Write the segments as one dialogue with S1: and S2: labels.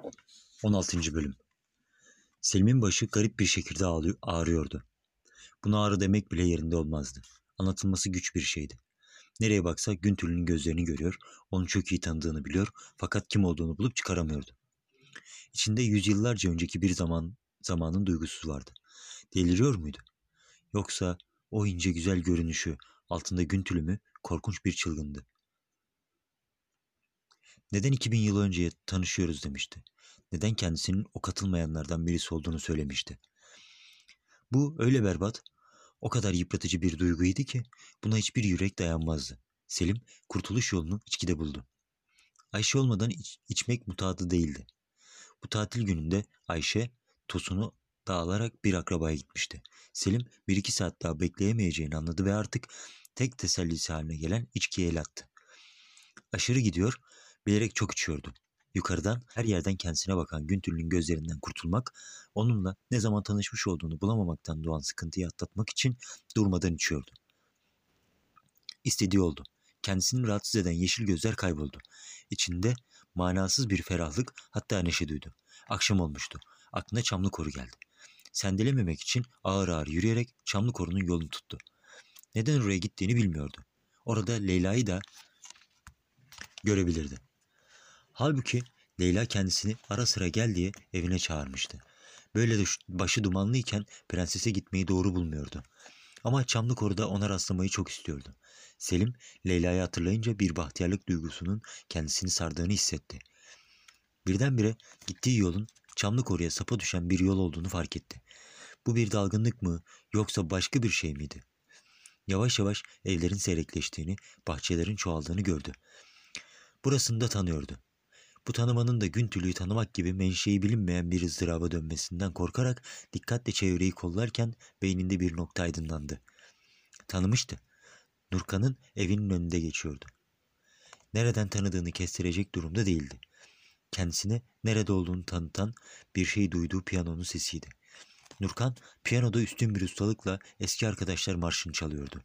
S1: 16. Bölüm. Selim'in başı garip bir şekilde ağrıyordu. Buna ağrı demek bile yerinde olmazdı. Anlatılması güç bir şeydi. Nereye baksa Güntül'ün gözlerini görüyor, onu çok iyi tanıdığını biliyor fakat kim olduğunu bulup çıkaramıyordu. İçinde yüzyıllarca önceki bir zamanın duygusu vardı. Deliriyor muydu? Yoksa o ince güzel görünüşü, altında Güntül'ü mü, korkunç bir çılgındı. Neden 2000 yıl önce tanışıyoruz demişti. Neden kendisinin o katılmayanlardan birisi olduğunu söylemişti. Bu öyle berbat, o kadar yıpratıcı bir duyguydu ki buna hiçbir yürek dayanmazdı. Selim kurtuluş yolunu içkide buldu. Ayşe olmadan içmek mutadı değildi. Bu tatil gününde Ayşe tosunu dağılarak bir akrabaya gitmişti. Selim 1-2 saat daha bekleyemeyeceğini anladı ve artık tek tesellisi haline gelen içkiye el attı. Aşırı gidiyor, bilerek çok içiyordu. Yukarıdan her yerden kendisine bakan Güntül'ün gözlerinden kurtulmak, onunla ne zaman tanışmış olduğunu bulamamaktan doğan sıkıntıyı atlatmak için durmadan içiyordu. İstediği oldu. Kendisini rahatsız eden yeşil gözler kayboldu. İçinde manasız bir ferahlık, hatta neşe duydu. Akşam olmuştu. Aklına Çamlıkoru geldi. Sendelememek için ağır ağır yürüyerek Çamlıkoru'nun yolunu tuttu. Neden oraya gittiğini bilmiyordu. Orada Leyla'yı da görebilirdi. Halbuki Leyla kendisini ara sıra gel diye evine çağırmıştı. Böyle de başı dumanlıyken prensese gitmeyi doğru bulmuyordu. Ama Çamlıkoru'da ona rastlamayı çok istiyordu. Selim, Leyla'yı hatırlayınca bir bahtiyarlık duygusunun kendisini sardığını hissetti. Birdenbire gittiği yolun Çamlıkoru'ya sapa düşen bir yol olduğunu fark etti. Bu bir dalgınlık mı yoksa başka bir şey miydi? Yavaş yavaş evlerin seyrekleştiğini, bahçelerin çoğaldığını gördü. Burasını da tanıyordu. Bu tanımanın da Güntül'ü tanımak gibi menşei bilinmeyen bir ızdıraba dönmesinden korkarak dikkatle çevreyi kollarken beyninde bir nokta aydınlandı. Tanımıştı. Nurkan'ın evinin önünde geçiyordu. Nereden tanıdığını kestirecek durumda değildi. Kendisine nerede olduğunu tanıtan bir şey duyduğu piyanonun sesiydi. Nurkan piyanoda üstün bir ustalıkla eski arkadaşlar marşını çalıyordu.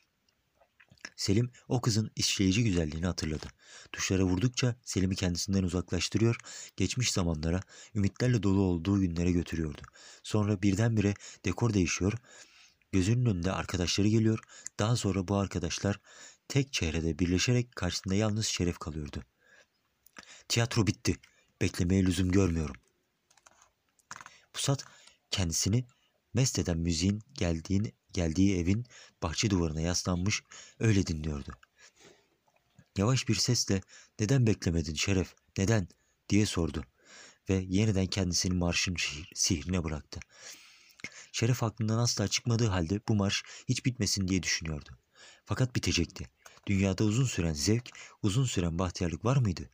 S1: Selim o kızın işleyici güzelliğini hatırladı. Tuşlara vurdukça Selim'i kendisinden uzaklaştırıyor, geçmiş zamanlara, ümitlerle dolu olduğu günlere götürüyordu. Sonra birdenbire dekor değişiyor, gözünün önünde arkadaşları geliyor, daha sonra bu arkadaşlar tek çehrede birleşerek karşısında yalnız Şeref kalıyordu. Tiyatro bitti, beklemeye lüzum görmüyorum. Pusat kendisini mest eden müziğin geldiği evin bahçe duvarına yaslanmış öyle dinliyordu. Yavaş bir sesle "Neden beklemedin Şeref, neden?" diye sordu ve yeniden kendisini marşın sihrine bıraktı. Şeref aklından asla çıkmadığı halde bu marş hiç bitmesin diye düşünüyordu. Fakat bitecekti. Dünyada uzun süren zevk, uzun süren bahtiyarlık var mıydı?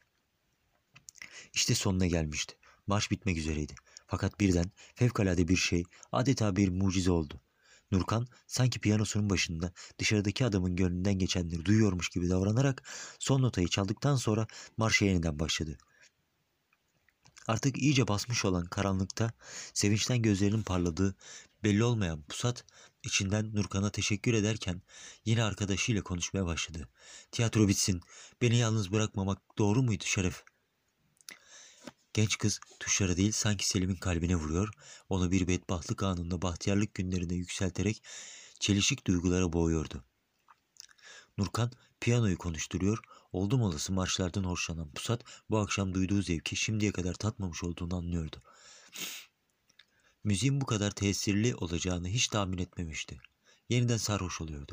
S1: İşte sonuna gelmişti. Marş bitmek üzereydi. Fakat birden fevkalade bir şey, adeta bir mucize oldu. Nurkan sanki piyanosunun başında dışarıdaki adamın gönlünden geçenleri duyuyormuş gibi davranarak son notayı çaldıktan sonra marşa yeniden başladı. Artık iyice basmış olan karanlıkta sevinçten gözlerinin parladığı belli olmayan Pusat içinden Nurkan'a teşekkür ederken yine arkadaşıyla konuşmaya başladı. "Tiyatro bitsin, beni yalnız bırakmamak doğru muydu Şeref?" Genç kız tuşlara değil sanki Selim'in kalbine vuruyor, onu bir bedbahtlık anında bahtiyarlık günlerine yükselterek çelişik duygulara boğuyordu. Nurkan piyanoyu konuşturuyor, oldum olası marşlardan hoşlanan Pusat bu akşam duyduğu zevki şimdiye kadar tatmamış olduğunu anlıyordu. Müziğin bu kadar tesirli olacağını hiç tahmin etmemişti. Yeniden sarhoş oluyordu.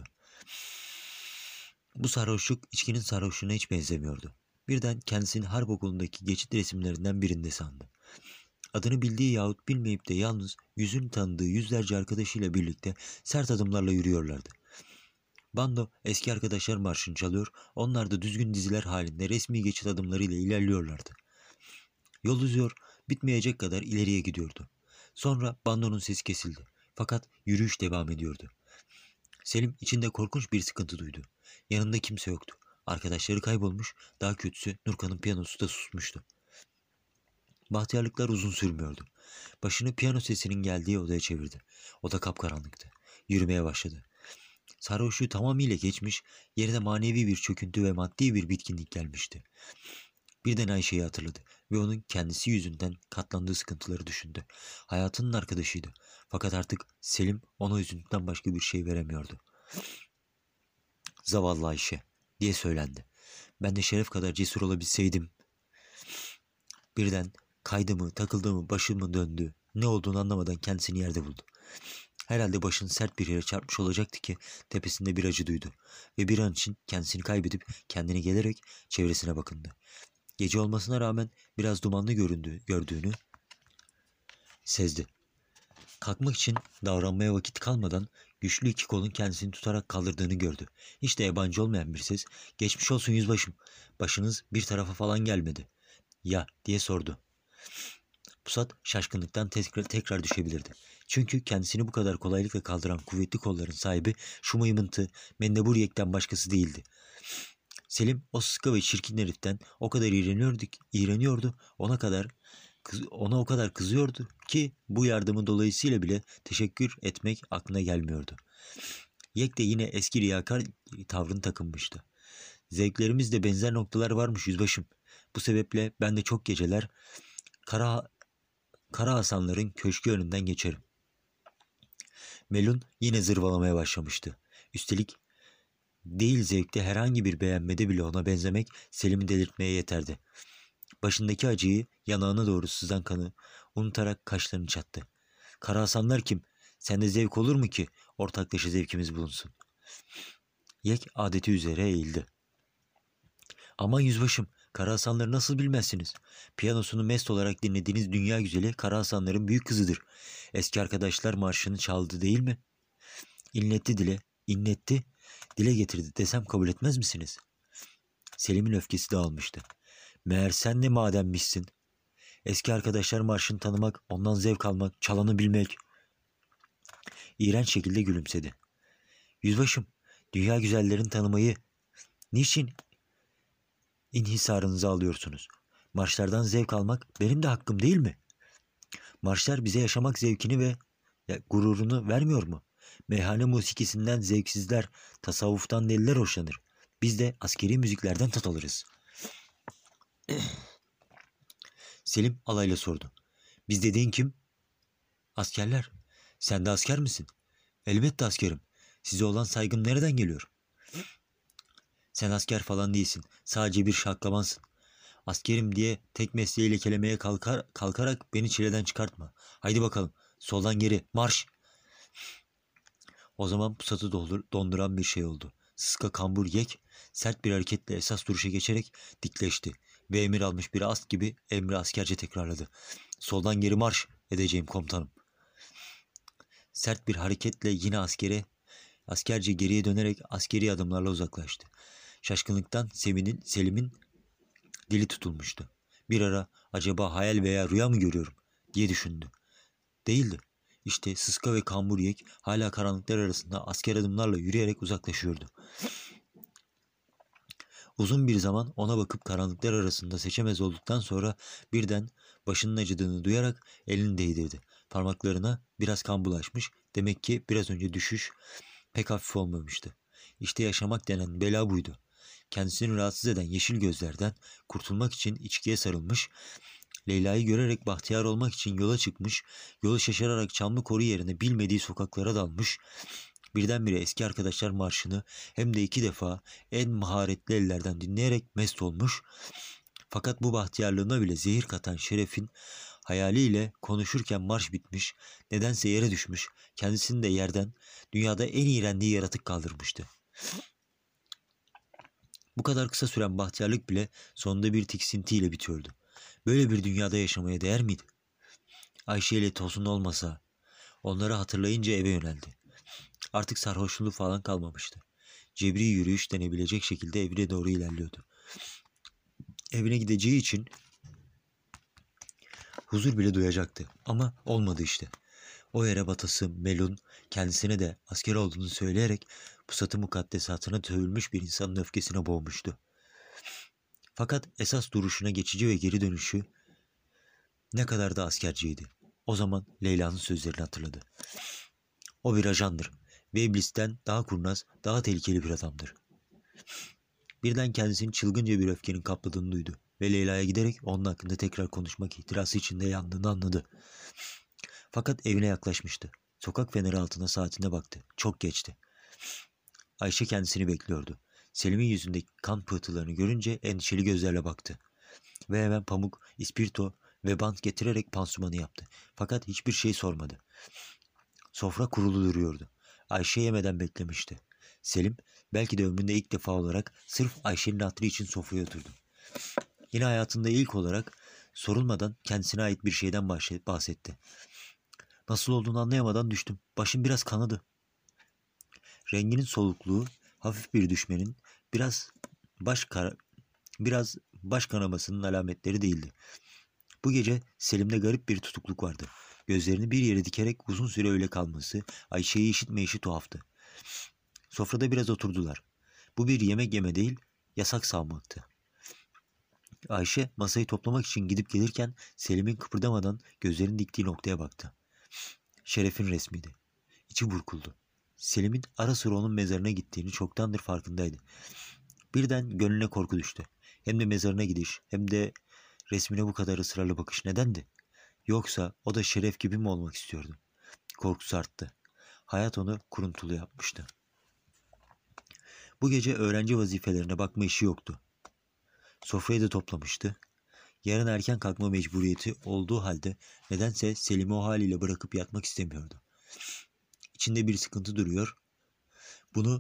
S1: Bu sarhoşluk içkinin sarhoşluğuna hiç benzemiyordu. Birden kendisini harp okulundaki geçit resimlerinden birinde sandı. Adını bildiği yahut bilmeyip de yalnız yüzünü tanıdığı yüzlerce arkadaşıyla birlikte sert adımlarla yürüyorlardı. Bando eski arkadaşlar marşını çalıyor, onlar da düzgün diziler halinde resmi geçit adımlarıyla ilerliyorlardı. Yol uzuyor, bitmeyecek kadar ileriye gidiyordu. Sonra bandonun sesi kesildi. Fakat yürüyüş devam ediyordu. Selim içinde korkunç bir sıkıntı duydu. Yanında kimse yoktu. Arkadaşları kaybolmuş, daha kötüsü Nurkan'ın piyanosu da susmuştu. Bahtiyarlıklar uzun sürmüyordu. Başını piyano sesinin geldiği odaya çevirdi. Oda kapkaranlıktı. Yürümeye başladı. Sarhoşluğu tamamıyla geçmiş, yerine manevi bir çöküntü ve maddi bir bitkinlik gelmişti. Birden Ayşe'yi hatırladı ve onun kendisi yüzünden katlandığı sıkıntıları düşündü. Hayatının arkadaşıydı. Fakat artık Selim ona üzüntüden başka bir şey veremiyordu. Zavallı Ayşe diye söylendi. Ben de Şeref kadar cesur olabilseydim. Birden kaydı mı, takıldı mı, başı mı döndü, ne olduğunu anlamadan kendisini yerde buldu. Herhalde başını sert bir yere çarpmış olacaktı ki tepesinde bir acı duydu ve bir an için kendisini kaybedip kendine gelerek çevresine bakındı. Gece olmasına rağmen biraz dumanlı gördüğünü sezdi. Kalkmak için davranmaya vakit kalmadan güçlü iki kolun kendisini tutarak kaldırdığını gördü. Hiç de yabancı olmayan bir ses, "Geçmiş olsun yüzbaşım, başınız bir tarafa falan gelmedi." "Ya?" diye sordu. Pusat şaşkınlıktan tekrar düşebilirdi. Çünkü kendisini bu kadar kolaylıkla kaldıran kuvvetli kolların sahibi şu mıymıntı Mendebur Yek'ten başkası değildi. Selim o sıska ve çirkin heriften o kadar iğreniyordu, ona o kadar kızıyordu ki bu yardımın dolayısıyla bile teşekkür etmek aklına gelmiyordu. Yek de yine eski riyakar tavrını takınmıştı. "Zevklerimizde benzer noktalar varmış yüzbaşım. Bu sebeple ben de çok geceler Kara Hasanların köşkü önünden geçerim." Melun yine zırvalamaya başlamıştı. Üstelik değil zevkte herhangi bir beğenmede bile ona benzemek Selim'i delirtmeye yeterdi. Başındaki acıyı, yanağına doğru sızan kanı unutarak kaşlarını çattı. "Kara Hasanlar kim? Sende zevk olur mu ki ortaklaşa zevkimiz bulunsun?" Yek adeti üzere eğildi. "Aman yüzbaşım, Kara Hasanları nasıl bilmezsiniz? Piyanosunu mest olarak dinlediğiniz dünya güzeli Kara Hasanların büyük kızıdır. Eski arkadaşlar marşını çaldı değil mi? İnletti, dile getirdi desem kabul etmez misiniz?" Selim'in öfkesi dağılmıştı. "Meğer sen de mademmişsin. Eski arkadaşlar marşını tanımak, ondan zevk almak, çalanı bilmek." İğrenç şekilde gülümsedi. "Yüzbaşım, dünya güzellerini tanımayı niçin inhisarınıza alıyorsunuz? Marşlardan zevk almak benim de hakkım değil mi? Marşlar bize yaşamak zevkini ve gururunu vermiyor mu? Meyhane musikisinden zevksizler, tasavvuftan deliler hoşlanır. Biz de askeri müziklerden tat alırız." Selim alayla sordu. "Biz dediğin kim?" "Askerler. Sen de asker misin?" "Elbette askerim. Size olan saygım nereden geliyor?" "Sen asker falan değilsin. Sadece bir şaklamansın. Askerim diye tek mesleği lekelemeye kalkarak beni çileden çıkartma. Haydi bakalım. Soldan geri. Marş!" O zaman pusatı donduran bir şey oldu. Sıska kambur Yek sert bir hareketle esas duruşa geçerek dikleşti ve emir almış bir ast gibi emri askerce tekrarladı. "Soldan geri marş edeceğim komutanım." Sert bir hareketle yine askerce geriye dönerek askeri adımlarla uzaklaştı. Şaşkınlıktan Selim'in dili tutulmuştu. Bir ara acaba hayal veya rüya mı görüyorum diye düşündü. Değildi. İşte Sıska ve Kambur Yek hala karanlıklar arasında asker adımlarla yürüyerek uzaklaşıyordu. Uzun bir zaman ona bakıp karanlıklar arasında seçemez olduktan sonra birden başının acıdığını duyarak elini değdirdi. Parmaklarına biraz kan bulaşmış. Demek ki biraz önce düşüş pek hafif olmamıştı. İşte yaşamak denen bela buydu. Kendisini rahatsız eden yeşil gözlerden kurtulmak için içkiye sarılmış, Leyla'yı görerek bahtiyar olmak için yola çıkmış, yolu şaşırarak Çamlıkoru yerine bilmediği sokaklara dalmış, birdenbire eski arkadaşlar marşını hem de 2 defa en maharetli ellerden dinleyerek mest olmuş, fakat bu bahtiyarlığına bile zehir katan Şeref'in hayaliyle konuşurken marş bitmiş, nedense yere düşmüş, kendisini de yerden dünyada en iğrendiği yaratık kaldırmıştı. Bu kadar kısa süren bahtiyarlık bile sonunda bir tiksintiyle bitiyordu. Böyle bir dünyada yaşamaya değer miydi? Ayşe ile Tosun olmasa, onları hatırlayınca eve yöneldi. Artık sarhoşluğu falan kalmamıştı. Cebri yürüyüş denebilecek şekilde evine doğru ilerliyordu. Evine gideceği için huzur bile duyacaktı ama olmadı işte. O yere batası Melun kendisine de asker olduğunu söyleyerek pusatı mukaddesatına tövülmüş bir insanın öfkesine boğmuştu. Fakat esas duruşuna geçici ve geri dönüşü ne kadar da askerciydi. O zaman Leyla'nın sözlerini hatırladı. "O bir ajandır ve iblisten daha kurnaz, daha tehlikeli bir adamdır." Birden kendisini çılgınca bir öfkenin kapladığını duydu. ve Leyla'ya giderek onun hakkında tekrar konuşmak ihtirası içinde yandığını anladı. Fakat evine yaklaşmıştı. Sokak feneri altına saatine baktı. Çok geçti. Ayşe kendisini bekliyordu. Selim'in yüzündeki kan pıhtılarını görünce endişeli gözlerle baktı. Ve hemen pamuk, ispirto ve bant getirerek pansumanı yaptı. Fakat hiçbir şey sormadı. Sofra kurulu duruyordu. Ayşe yemeden beklemişti. Selim belki de ömründe ilk defa olarak sırf Ayşe'nin hatırı için sofraya oturdu. Yine hayatında ilk olarak sorulmadan kendisine ait bir şeyden bahsetti. Nasıl olduğunu anlayamadan düştüm. Başım biraz kanadı. Renginin solukluğu, hafif bir düşmenin, biraz biraz baş kanamasının alametleri değildi. Bu gece Selim'de garip bir tutukluk vardı. Gözlerini bir yere dikerek uzun süre öyle kalması, Ayşe'yi işitmeyişi tuhaftı. Sofrada biraz oturdular. Bu bir yemek yeme değil, yasak savmaktı. Ayşe masayı toplamak için gidip gelirken Selim'in kıpırdamadan gözlerini diktiği noktaya baktı. Şeref'in resmiydi. İçi burkuldu. Selim'in ara sıra onun mezarına gittiğini çoktandır farkındaydı. Birden gönlüne korku düştü. Hem de mezarına gidiş hem de resmine bu kadar ısrarlı bakış nedendi? Yoksa o da Şeref gibi mi olmak istiyordu? Korkusu arttı. Hayat onu kuruntulu yapmıştı. Bu gece öğrenci vazifelerine bakma işi yoktu. Sofrayı da toplamıştı. Yarın erken kalkma mecburiyeti olduğu halde nedense Selim'i o haliyle bırakıp yatmak istemiyordu. İçinde bir sıkıntı duruyor. Bunu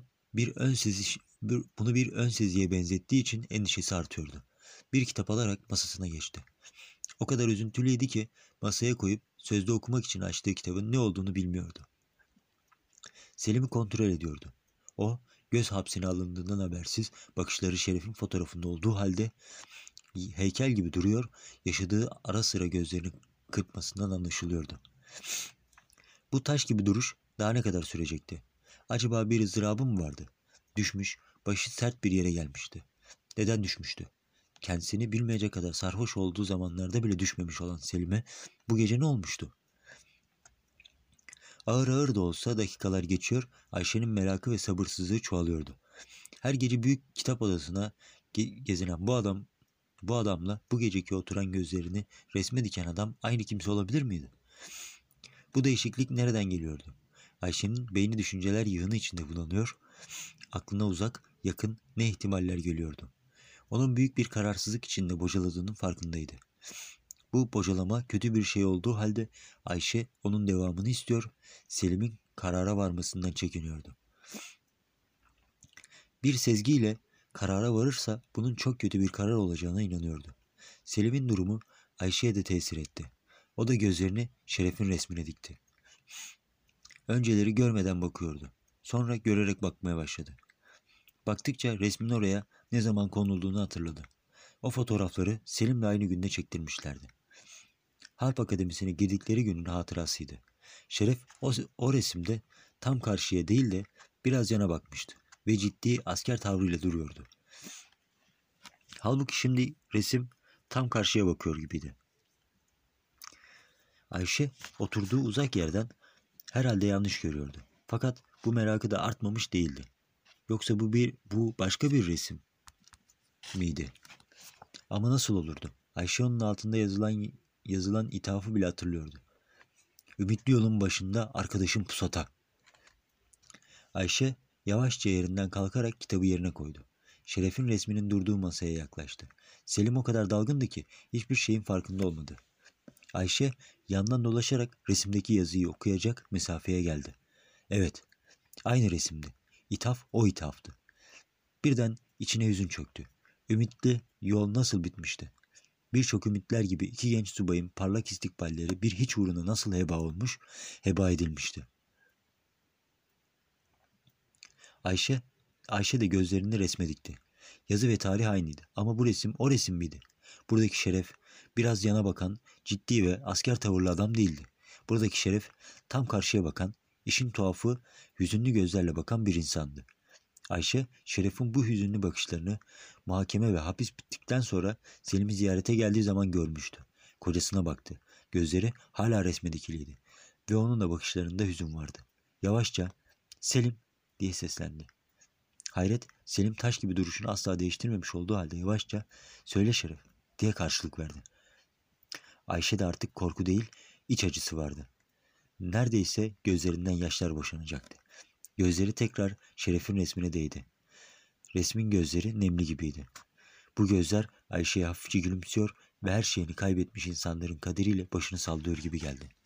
S1: bir ön seziye benzettiği için endişesi artıyordu. Bir kitap alarak masasına geçti. O kadar üzüntülüydü ki masaya koyup sözde okumak için açtığı kitabın ne olduğunu bilmiyordu. Selim'i kontrol ediyordu. O, göz hapsine alındığından habersiz, bakışları Şeref'in fotoğrafında olduğu halde heykel gibi duruyor, yaşadığı ara sıra gözlerini kırpmasından anlaşılıyordu. Bu taş gibi duruş daha ne kadar sürecekti? Acaba bir ızdırabı mı vardı? Düşmüş, başı sert bir yere gelmişti. Neden düşmüştü? Kendisini bilmeyecek kadar sarhoş olduğu zamanlarda bile düşmemiş olan Selim'e bu gece ne olmuştu? Ağır ağır da olsa dakikalar geçiyor, Ayşe'nin merakı ve sabırsızlığı çoğalıyordu. Her gece büyük kitap odasına gezinen bu adamla bu geceki oturan gözlerini resme diken adam aynı kimse olabilir miydi? Bu değişiklik nereden geliyordu? Ayşe'nin beyni düşünceler yığını içinde bulanıyor, aklına uzak, yakın ne ihtimaller geliyordu. Onun büyük bir kararsızlık içinde bocaladığının farkındaydı. Bu bocalama kötü bir şey olduğu halde Ayşe onun devamını istiyor, Selim'in karara varmasından çekiniyordu. Bir sezgiyle karara varırsa bunun çok kötü bir karar olacağına inanıyordu. Selim'in durumu Ayşe'ye de tesir etti. O da gözlerini Şeref'in resmine dikti. Önceleri görmeden bakıyordu. Sonra görerek bakmaya başladı. Baktıkça resmin oraya ne zaman konulduğunu hatırladı. O fotoğrafları Selim'le aynı günde çektirmişlerdi. Harp Akademisi'ne girdikleri günün hatırasıydı. Şeref o resimde tam karşıya değil de biraz yana bakmıştı ve ciddi asker tavrıyla duruyordu. Halbuki şimdi resim tam karşıya bakıyor gibiydi. Ayşe oturduğu uzak yerden herhalde yanlış görüyordu. Fakat bu merakı da artmamış değildi. Yoksa bu başka bir resim miydi? Ama nasıl olurdu? Ayşe onun altında yazılan ithafı bile hatırlıyordu. Ümitli yolun başında arkadaşım pusata. Ayşe yavaşça yerinden kalkarak kitabı yerine koydu. Şeref'in resminin durduğu masaya yaklaştı. Selim o kadar dalgındı ki hiçbir şeyin farkında olmadı. Ayşe yandan dolaşarak resimdeki yazıyı okuyacak mesafeye geldi. Evet, aynı resimdi. İthaf o ithaftı. Birden içine hüzün çöktü. Ümitli yol nasıl bitmişti? Birçok ümitler gibi iki genç subayın parlak istikballeri bir hiç uğruna nasıl heba edilmişti. Ayşe de gözlerini resme dikti. Yazı ve tarih aynıydı ama bu resim o resim miydi? Buradaki Şeref biraz yana bakan, ciddi ve asker tavırlı adam değildi. Buradaki Şeref tam karşıya bakan, işin tuhafı hüzünlü gözlerle bakan bir insandı. Ayşe, Şeref'in bu hüzünlü bakışlarını mahkeme ve hapis bittikten sonra Selim'i ziyarete geldiği zaman görmüştü. Kocasına baktı. Gözleri hala resme dikiliydi ve onun da bakışlarında hüzün vardı. Yavaşça "Selim" diye seslendi. Hayret, Selim taş gibi duruşunu asla değiştirmemiş olduğu halde yavaşça "Söyle Şeref." diye karşılık verdi. Ayşe'de artık korku değil, iç acısı vardı. Neredeyse gözlerinden yaşlar boşanacaktı. Gözleri tekrar Şeref'in resmine değdi. Resmin gözleri nemli gibiydi. Bu gözler Ayşe'ye hafifçe gülümsüyor ve her şeyini kaybetmiş insanların kaderiyle başını sallıyor gibi geldi.